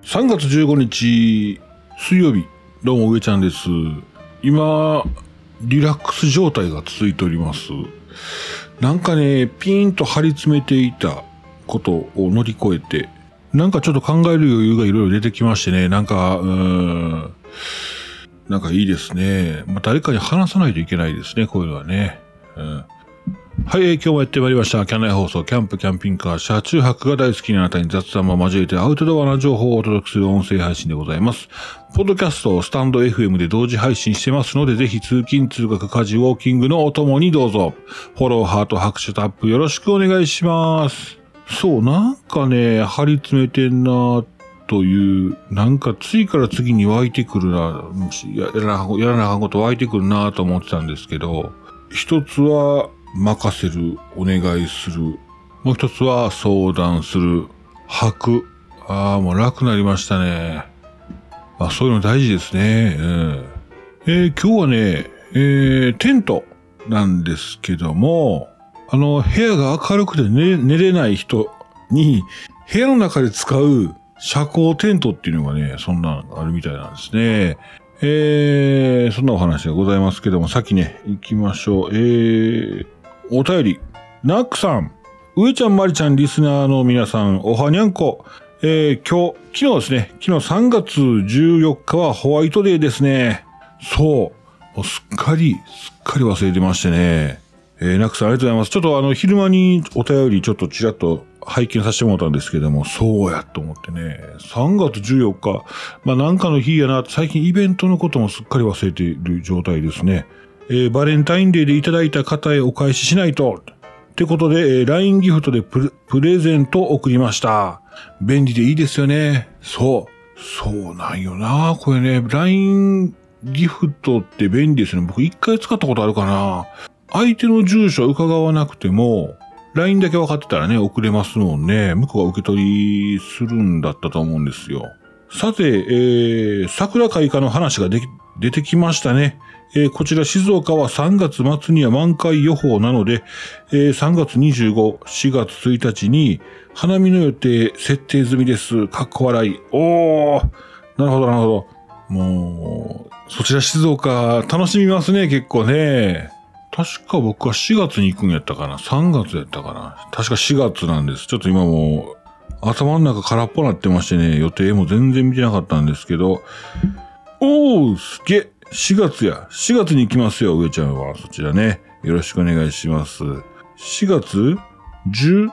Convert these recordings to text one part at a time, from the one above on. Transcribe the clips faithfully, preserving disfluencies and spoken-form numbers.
さんがつじゅうごにち水曜日、どうも上ちゃんです。今リラックス状態が続いております。なんかね、ピーンと張り詰めていたことを乗り越えて、なんかちょっと考える余裕がいろいろ出てきましてね、なんかうーんなんかいいですね。まあ、誰かに話さないといけないですね、こういうのはね。うん、はい、えー、今日もやってまいりました。キャンナイ放送、キャンプ、キャンピングカー、車中泊が大好きなあなたに雑談も交えてアウトドアな情報をお届けする音声配信でございます。ポッドキャスト、スタンド エフエム で同時配信してますので、ぜひ通勤、通学、家事、ウォーキングのお供にどうぞ。フォロー、ハート、拍手、タップよろしくお願いします。そう、なんかね、張り詰めてんなという、なんか次から次に湧いてくるな、やらな、やらなあかんこと湧いてくるなと思ってたんですけど、一つは任せる、お願いする。もう一つは相談する、吐く。ああ、もう楽になりましたね。あ、そういうの大事ですね。うん、えー、今日はね、えー、テントなんですけども、あの、部屋が明るくて寝、寝れない人に、部屋の中で使う遮光テントっていうのがね、そんなのがあるみたいなんですね。えー、そんなお話がございますけども、先ね、行きましょう。えー、お便り。ナックさん、上ちゃん、まりちゃん、リスナーの皆さん、おはにゃんこ。えー、今日、昨日ですね、昨日さんがつじゅうよっかはホワイトデーですね。そう。もうすっかり、すっかり忘れてましてね。えー、ナックさんありがとうございます。ちょっとあの、昼間にお便りちょっとちらっと拝見させてもらったんですけども、そうやと思ってね、さんがつじゅうよっか、まあなんかの日やな、最近イベントのこともすっかり忘れている状態ですね。えー、バレンタインデーでいただいた方へお返ししないと。ってことで、えー、ライン ギフトでプレ、プレゼントを送りました。便利でいいですよね。そう。そうなんよな。これね、ライン ギフトって便利ですね。僕一回使ったことあるかな。相手の住所を伺わなくても、ライン だけ分かってたらね、送れますもんね。向こうが受け取りするんだったと思うんですよ。さて、えー、桜開花の話がで出てきましたね。えー、こちら静岡はさんがつ末には満開予報なので、えー、さんがつにじゅうご、しがつついたちに花見の予定設定済みです。かっこ笑い。おー、なるほどなるほど。もう、そちら静岡楽しみますね、結構ね。確か僕はしがつに行くんやったかな ?さんがつやったかな確かしがつなんです。ちょっと今もう頭の中空っぽなってましてね、予定も全然見てなかったんですけど、おー、すげえしがつや。しがつに行きますよ、上ちゃんは。そちらね。よろしくお願いします。しがつじゅう、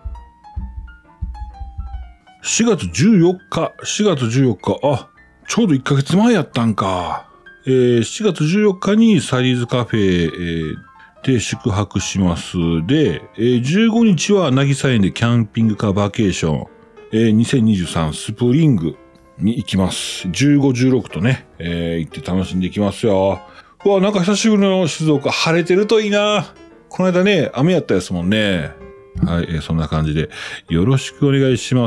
しがつじゅうよっか。しがつじゅうよっか。あ、ちょうどいっかげつまえやったんか。えー、しがつじゅうよっかにサリーズカフェ、えー、で宿泊します。で、えー、じゅうごにちはなぎさ園でキャンピングカーバケーション、えー、にせんにじゅうさんスプリングに行きます。じゅうご、じゅうろくとね、えー、行って楽しんできますよ。うわ、なんか久しぶりの静岡、晴れてるといいな。この間ね、雨やったですもんね。はい、えー、そんな感じで、よろしくお願いします。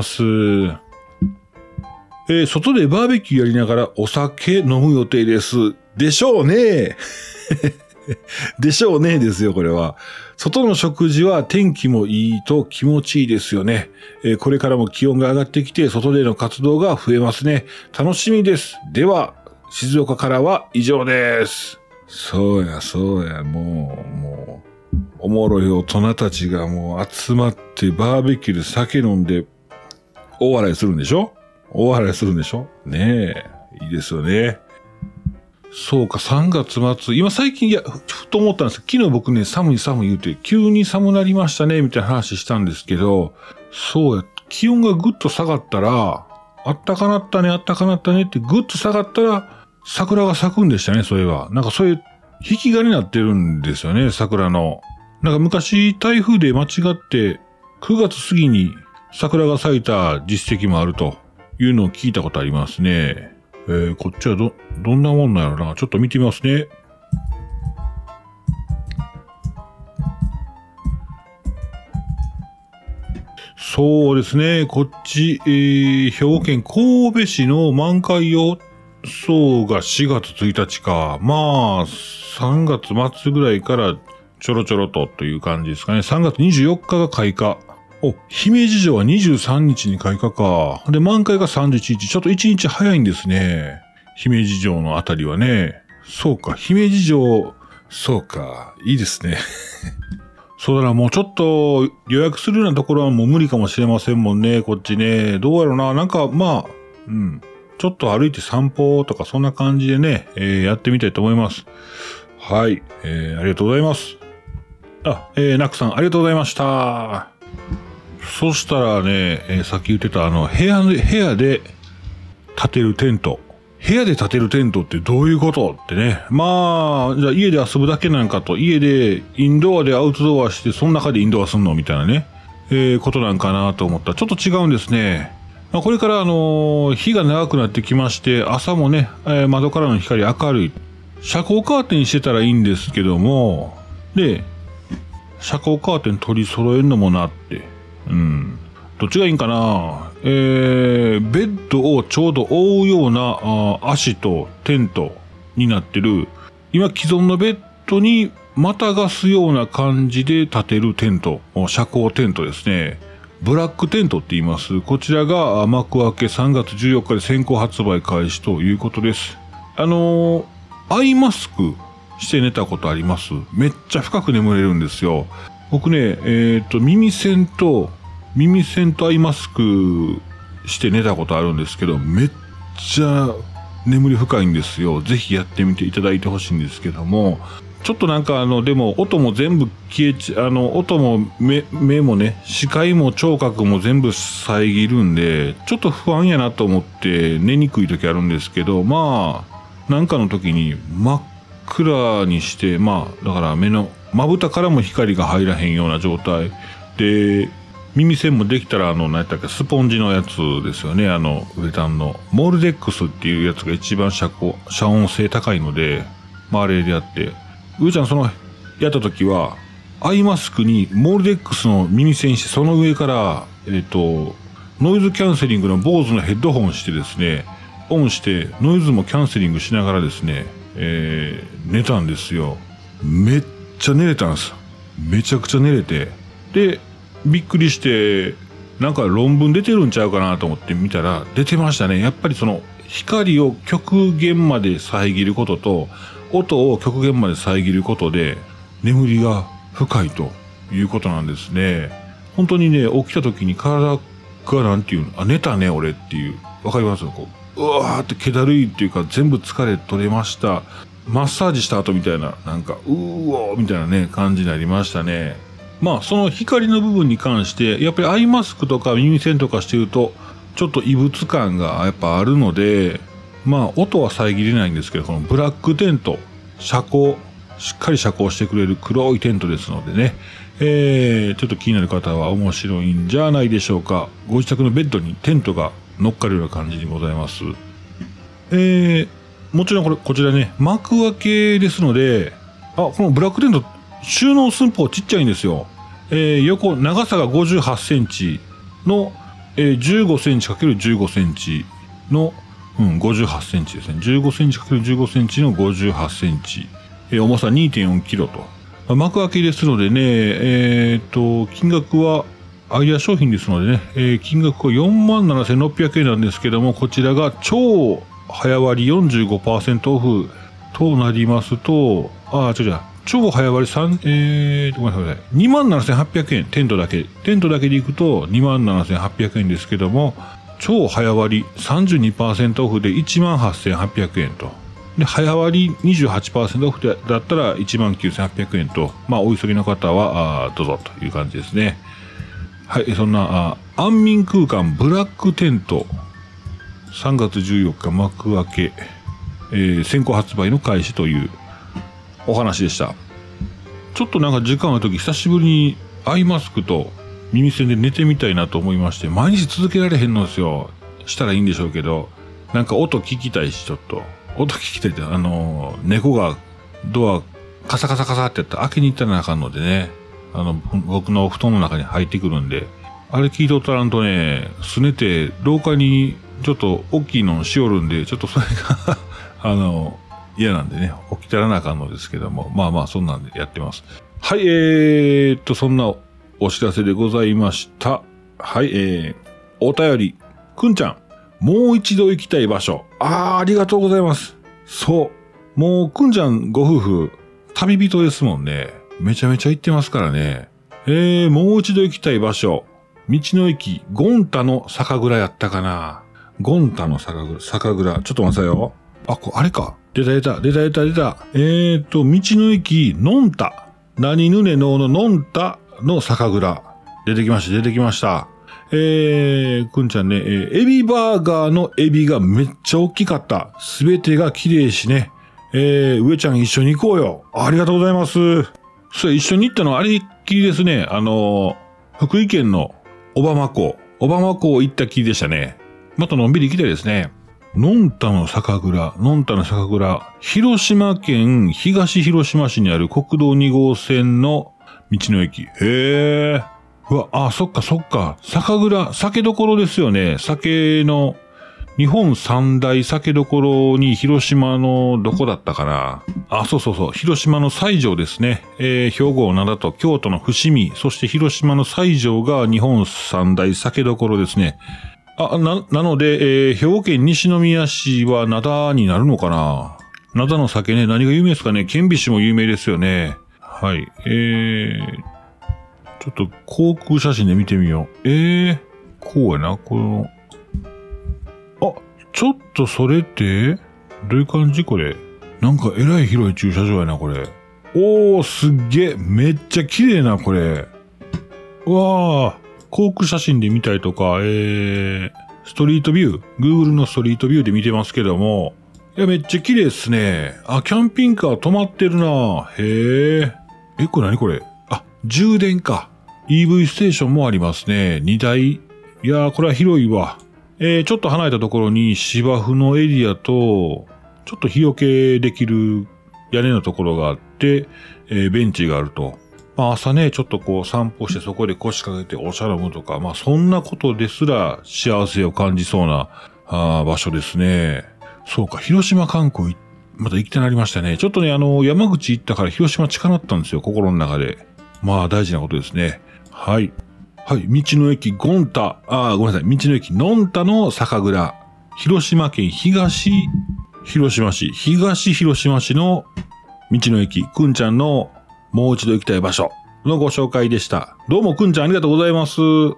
えー、外でバーベキューやりながらお酒飲む予定です。でしょうね。でしょうねですよ、これは。外の食事は天気もいいと気持ちいいですよね。えー、これからも気温が上がってきて、外での活動が増えますね。楽しみです。では、静岡からは以上です。そうや、そうや、もう、もう、おもろい大人たちがもう集まってバーベキューで酒飲んで、大笑いするんでしょ？大笑いするんでしょ？ねえ、いいですよね。そうか、さんがつ末。今最近、いや、ふと思ったんですけど、昨日僕ね、寒い寒い言うて、急に寒なりましたね、みたいな話したんですけど、そうや、気温がぐっと下がったら、あったかなったね、あったかなったねってぐっと下がったら、桜が咲くんでしたね、そういえば。なんかそういう引き金になってるんですよね、桜の。なんか昔台風で間違ってくがつ過ぎに桜が咲いた実績もあるというのを聞いたことありますね。えー、こっちはど、どんなもんなんやろな。ちょっと見てみますね。そうですね。こっち、えー、兵庫県神戸市の満開予想がしがつついたちか。まあ、さんがつ末ぐらいからちょろちょろとという感じですかね。さんがつにじゅうよっかが開花。 お、姫路城はにじゅうさんにちに開花か。で、満開がさんじゅういちにち。ちょっといちにち早いんですね。姫路城のあたりはね。そうか、姫路城、そうか、いいですね。そうだな、もうちょっと予約するようなところはもう無理かもしれませんもんね、こっちね。どうやろうな、なんか、まあ、うん。ちょっと歩いて散歩とかそんな感じでね、えー、やってみたいと思います。はい、えー、ありがとうございます。あ、えー、ナックさん、ありがとうございました。そしたらね、えー、さっき言ってたあの、部屋で、部屋で建てるテント。部屋で建てるテントってどういうことってね。まあ、じゃあ家で遊ぶだけなんかと、家でインドアでアウトドアして、その中でインドアすんのみたいなね、えー、ことなんかなと思ったら、ちょっと違うんですね。まあ、これからあのー、日が長くなってきまして、朝もね、えー、窓からの光明るい。遮光カーテンしてたらいいんですけども、で、遮光カーテン取り揃えるのもなって。うん。どっちがいいんかな。えー、ベッドをちょうど覆うようなあ足とテントになってる。今既存のベッドにまたがすような感じで建てるテント。遮光テントですね。ブラックテントって言います。こちらが幕開けさんがつじゅうよっかで先行発売開始ということです。あのー、アイマスクして寝たことあります？めっちゃ深く眠れるんですよ。僕ね、えっと、耳栓と、耳栓とアイマスクして寝たことあるんですけど、めっちゃ眠り深いんですよ。ぜひやってみていただいてほしいんですけども、ちょっとなんかあの、でも音も全部消えち、あの、音も目、目もね、視界も聴覚も全部遮るんで、ちょっと不安やなと思って寝にくい時あるんですけど、まあ、なんかの時に真っ暗にして、まあ、だから目の、まぶたからも光が入らへんような状態で、耳栓もできたらあの、何やったっけ、スポンジのやつですよね。あの、ウレタンの。モールデックスっていうやつが一番遮光、遮音性高いので、まああれでやって。うーちゃんその、やった時は、アイマスクにモールデックスの耳栓して、その上から、えっと、ノイズキャンセリングの坊主のヘッドホンしてですね、オンして、ノイズもキャンセリングしながらですね、えー、寝たんですよ。めっちゃ寝れたんです。めちゃくちゃ寝れて。で、びっくりして、なんか論文出てるんちゃうかなと思って見たら、出てましたね。やっぱりその、光を極限まで遮ることと、音を極限まで遮ることで、眠りが深いということなんですね。本当にね、起きた時に体がなんていうの、あ、寝たね、俺っていう。わかります？こう、うわーって気だるいっていうか、全部疲れ取れました。マッサージした後みたいな、なんか、うーおーみたいなね、感じになりましたね。まあ、その光の部分に関して、やっぱりアイマスクとか耳栓とかしてると、ちょっと異物感がやっぱあるので、まあ、音は遮れないんですけど、このブラックテント、遮光、しっかり遮光してくれる黒いテントですのでね、えー、ちょっと気になる方は面白いんじゃないでしょうか。ご自宅のベッドにテントが乗っかるような感じにございます。えー、もちろんこれ、こちらね、幕開けですので、あ、このブラックテント、収納寸法ちっちゃいんですよ。えー、横、長さがごじゅうはちセンチの、えー、じゅうごセンチかけるじゅうごセンチの、うん、ごじゅうはちセンチですね。じゅうごセンチかけるじゅうごセンチのごじゅうはちセンチ。えー、重さ にてんよんキロと。まあ、幕開けですのでね、えー、っと、金額は、アイデア商品ですのでね、えー、金額は よんまんななせんろっぴゃくえんなんですけども、こちらが超早割 よんじゅうごパーセント オフとなりますと、あ、違う違う。超早割さん、えー、ごめんなさい。にまんななせんはっぴゃくえん。テントだけ。テントだけでいくとにまんななせんはっぴゃくえんですけども、超早割 さんじゅうにパーセント オフで いちまんはっせんはっぴゃくえんと。で、早割 にじゅうはちパーセント オフでだったら いちまんきゅうせんはっぴゃくえんと、まあ、お急ぎの方は、あどうぞという感じですね。はい、そんな、あ安眠空間ブラックテント。さんがつじゅうよっか幕開け、えー、先行発売の開始というお話でした。ちょっとなんか時間あるとき久しぶりにアイマスクと耳栓で寝てみたいなと思いまして、毎日続けられへんのですよ。したらいいんでしょうけど、なんか音聞きたいし、ちょっと。音聞きたいって、あのー、猫がドアカサカサカサってやったら開けに行ったらなあかんのでね、あの、僕の布団の中に入ってくるんで、あれ聞いとったらんとね、すねて廊下にちょっと大きいのしおるんで、ちょっとそれが、あの、嫌なんでね、起きたらなあかんのですけども、まあまあそんなんでやってます。はい、えーっと、そんなお知らせでございました。はい、えー、お便り。くんちゃん、もう一度行きたい場所。あー、ありがとうございます。そう。もう、くんちゃんご夫婦、旅人ですもんね。めちゃめちゃ行ってますからね。えー、もう一度行きたい場所。道の駅、ゴンタの酒蔵やったかな。ゴンタの酒蔵、酒蔵。ちょっと待ってよ。あ、こあれか。出た出た、出た出た出た。えーと、道の駅、のんた。何ぬねのののんたの酒蔵。出てきました、出てきました。えー、くんちゃんね、えー、エビバーガーのエビがめっちゃ大きかった。すべてが綺麗しね。えー、上ちゃん一緒に行こうよ。ありがとうございます。それ一緒に行ったのはあれっきりですね。あのー、福井県の小浜港。小浜港行ったきりでしたね。またのんびり行きたいですね。のんたの酒蔵、のんたの酒蔵、広島県東広島市にある国道に号線の道の駅。へー。うわ、あ、そっかそっか。酒蔵、酒どころですよね。酒の、日本三大酒どころに広島のどこだったかな。あ、そうそうそう。広島の西条ですね。えー、兵庫灘と京都の伏見、そして広島の西条が日本三大酒どころですね。あ、な、なので、えー、兵庫県西宮市は灘になるのかな。灘の酒ね、何が有名ですかね。県美酒も有名ですよね。はい。えー、ちょっと航空写真で見てみよう。えー、こうやな、この、あ、ちょっとそれって、どういう感じこれ。なんかえらい広い駐車場やな、これ。おー、すっげえ。めっちゃ綺麗な、これ。うわー。航空写真で見たりとか、えー、ストリートビュー。Google のストリートビューで見てますけども。いや、めっちゃ綺麗っすね。あ、キャンピングカー止まってるな。へえ。え、これ何これ。あ、充電か。イーブイ ステーションもありますね。にだい。いやー、これは広いわ。えー、ちょっと離れたところに芝生のエリアと、ちょっと日よけできる屋根のところがあって、えー、ベンチがあると。まあ朝ね、ちょっとこう散歩してそこで腰掛けておしゃらむとか、まあそんなことですら幸せを感じそうなあ場所ですね。そうか、広島観光また行きたなりましたね。ちょっとね、あの、山口行ったから広島近なったんですよ、心の中で。まあ大事なことですね。はい。はい。道の駅ゴンタ、ああ、ごめんなさい。道の駅のんたの酒蔵。広島県東広島市、東広島市の道の駅、くんちゃんのもう一度行きたい場所のご紹介でした。どうもくんちゃんありがとうございます。はい。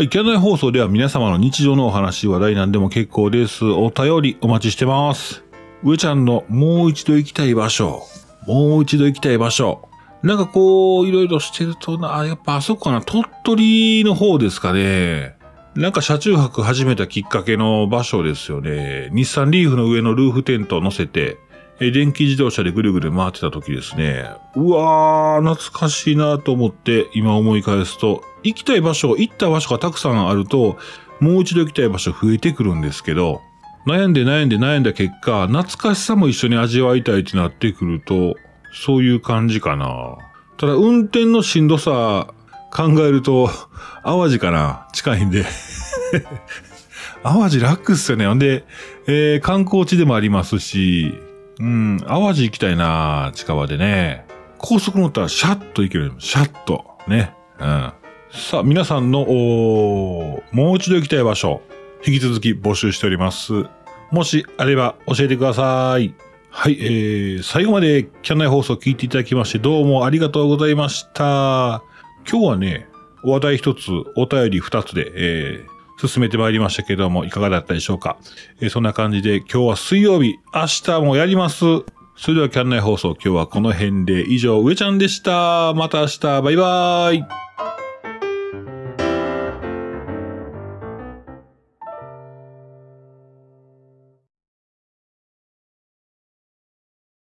キャナイ放送では皆様の日常のお話、話題なんでも結構です。お便りお待ちしてます。上ちゃんのもう一度行きたい場所。もう一度行きたい場所。なんかこう、いろいろしてるとな、やっぱあそこかな、鳥取の方ですかね。なんか車中泊始めたきっかけの場所ですよね。日産リーフの上のルーフテントを乗せて、電気自動車でぐるぐる回ってた時ですね。うわー、懐かしいなと思って今思い返すと、行きたい場所、行った場所がたくさんあると、もう一度行きたい場所増えてくるんですけど、悩んで悩んで悩んだ結果、懐かしさも一緒に味わいたいってなってくると、そういう感じかな。ただ運転のしんどさ考えると、淡路かな、近いんで。淡路楽っすよね。ほんで、えー、観光地でもありますし、うん、淡路行きたいな、近場でね。高速乗ったらシャッと行ける。シャッと。ね。うん。さあ、皆さんの、おもう一度行きたい場所、引き続き募集しております。もしあれば教えてください。はい、えー、最後までキャンナイ放送聞いていただきましてどうもありがとうございました。今日はね、話題一つ、お便り二つで、えー、進めてまいりましたけれども、いかがだったでしょうか。えー、そんな感じで今日は水曜日、明日もやります。それではキャンナイ放送、今日はこの辺で以上、上ちゃんでした。また明日、バイバーイ。